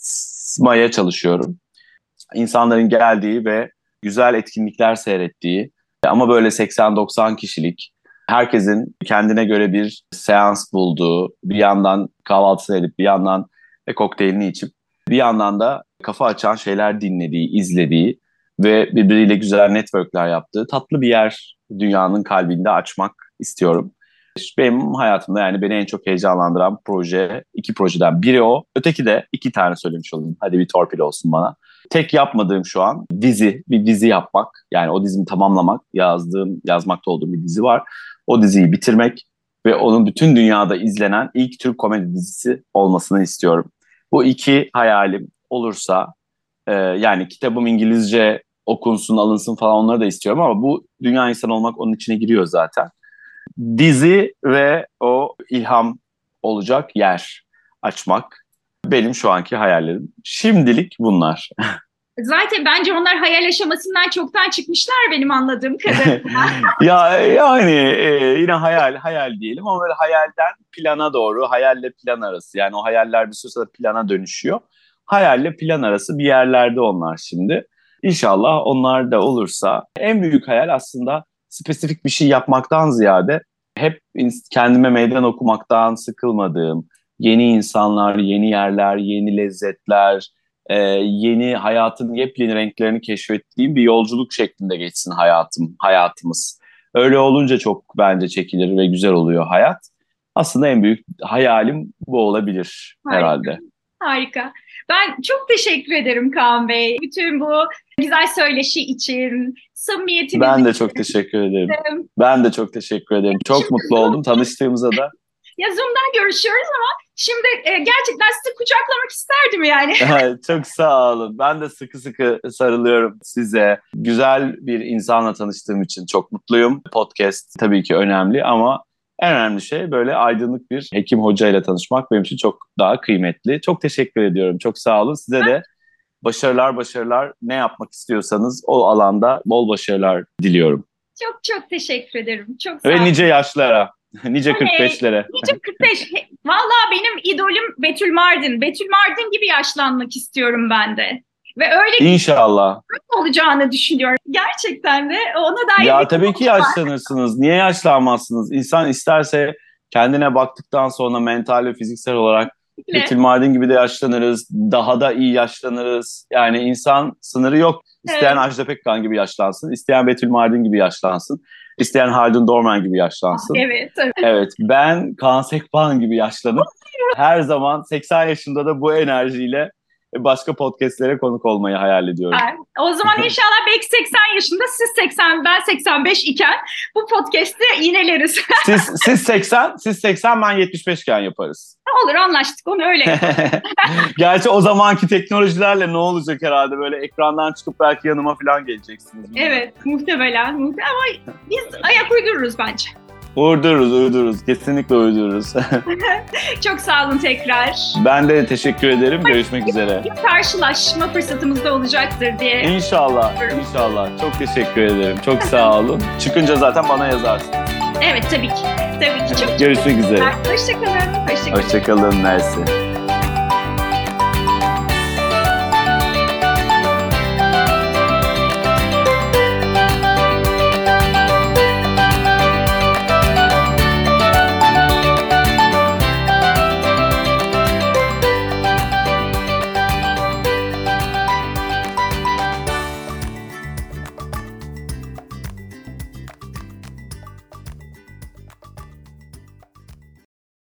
atmaya çalışıyorum. İnsanların geldiği ve güzel etkinlikler seyrettiği ama böyle 80-90 kişilik, herkesin kendine göre bir seans bulduğu, bir yandan kahvaltısını edip bir yandan kokteylini içip bir yandan da kafa açan şeyler dinlediği, izlediği ve birbiriyle güzel networkler yaptığı tatlı bir yer dünyanın kalbinde açmak istiyorum. Benim hayatımda yani beni en çok heyecanlandıran proje, iki projeden biri o. Öteki de iki tane söylemiş olayım. Hadi bir torpil olsun bana. Tek yapmadığım şu an bir dizi yapmak. Yani o dizimi tamamlamak, yazmakta olduğum bir dizi var. O diziyi bitirmek ve onun bütün dünyada izlenen ilk Türk komedi dizisi olmasını istiyorum. Bu iki hayalim olursa, yani kitabım İngilizce okunsun, alınsın falan onları da istiyorum ama bu dünya insanı olmak onun içine giriyor zaten. Dizi ve o ilham olacak yer açmak benim şu anki hayallerim. Şimdilik bunlar. Zaten bence onlar hayal aşamasından çoktan çıkmışlar benim anladığım kadarıyla. Ya yani yine hayal diyelim ama böyle hayalden plana doğru, hayalle plan arası. Yani o hayaller bir süre sonra plana dönüşüyor. Hayalle plan arası bir yerlerde onlar şimdi. İnşallah onlar da olursa en büyük hayal aslında spesifik bir şey yapmaktan ziyade hep kendime meydan okumaktan sıkılmadığım yeni insanlar, yeni yerler, yeni lezzetler, yeni hayatın yepyeni renklerini keşfettiğim bir yolculuk şeklinde geçsin hayatımız. Öyle olunca çok bence çekilir ve güzel oluyor hayat. Aslında en büyük hayalim bu olabilir Harika, herhalde. harika. Ben çok teşekkür ederim Kaan Bey. Bütün bu güzel söyleşi için, samimiyetiniz Ben de çok teşekkür ederim. için. Ben de çok teşekkür ederim. Çok mutlu oldum tanıştığımıza da. Ya Zoom'dan görüşüyoruz ama şimdi gerçekten sizi kucaklamak isterdim yani. Çok sağ olun. Ben de sıkı sıkı sarılıyorum size. Güzel bir insanla tanıştığım için çok mutluyum. Podcast tabii ki önemli ama en önemli şey böyle aydınlık bir hekim hocayla tanışmak benim için çok daha kıymetli. Çok teşekkür ediyorum. Çok sağ olun. Size de başarılar ne yapmak istiyorsanız o alanda bol başarılar diliyorum. Çok çok teşekkür ederim. Çok sağ Ve olun. nice yaşlara, nice Hey, 45'lere. nice 45. Vallahi benim idolüm Betül Mardin. Betül Mardin gibi yaşlanmak istiyorum ben de. Ve öyle İnşallah. olacağını düşünüyorum. Gerçekten de ona dair Ya bir tabii ki yaşlanırsınız. Niye yaşlanmazsınız? İnsan isterse kendine baktıktan sonra mental ve fiziksel olarak fikirle. Betülmardin gibi de yaşlanırız. Daha da iyi yaşlanırız. Yani insan sınırı yok. İsteyen Evet. Ajda Pekkan gibi yaşlansın. İsteyen Betülmardin gibi yaşlansın. İsteyen Haldun Dorman gibi yaşlansın. Evet, tabii. Evet, ben Kaan Sekban gibi yaşlanıp her zaman 80 yaşında da bu enerjiyle başka podcastlere konuk olmayı hayal ediyorum. Yani, o zaman inşallah belki 80 yaşında siz 80, ben 85 iken bu podcast'i yineleriz. Siz 80 ben 75 iken yaparız. Olur, anlaştık, onu öyle yapalım. Gerçi o zamanki teknolojilerle ne olacak herhalde, böyle ekrandan çıkıp belki yanıma falan geleceksiniz. Evet, muhtemelen ama biz ayak uydururuz bence. Uydururuz. Kesinlikle uydururuz. Çok sağ olun tekrar. Ben de teşekkür ederim. Görüşmek üzere. Bir karşılaşma fırsatımız da olacaktır diye. İnşallah. Çok teşekkür ederim. Çok sağ olun. Çıkınca zaten bana yazarsınız. Evet, tabii ki. Tabii ki. Çok Görüşmek üzere. Hoşçakalın. Hoşçakalın. Mersi.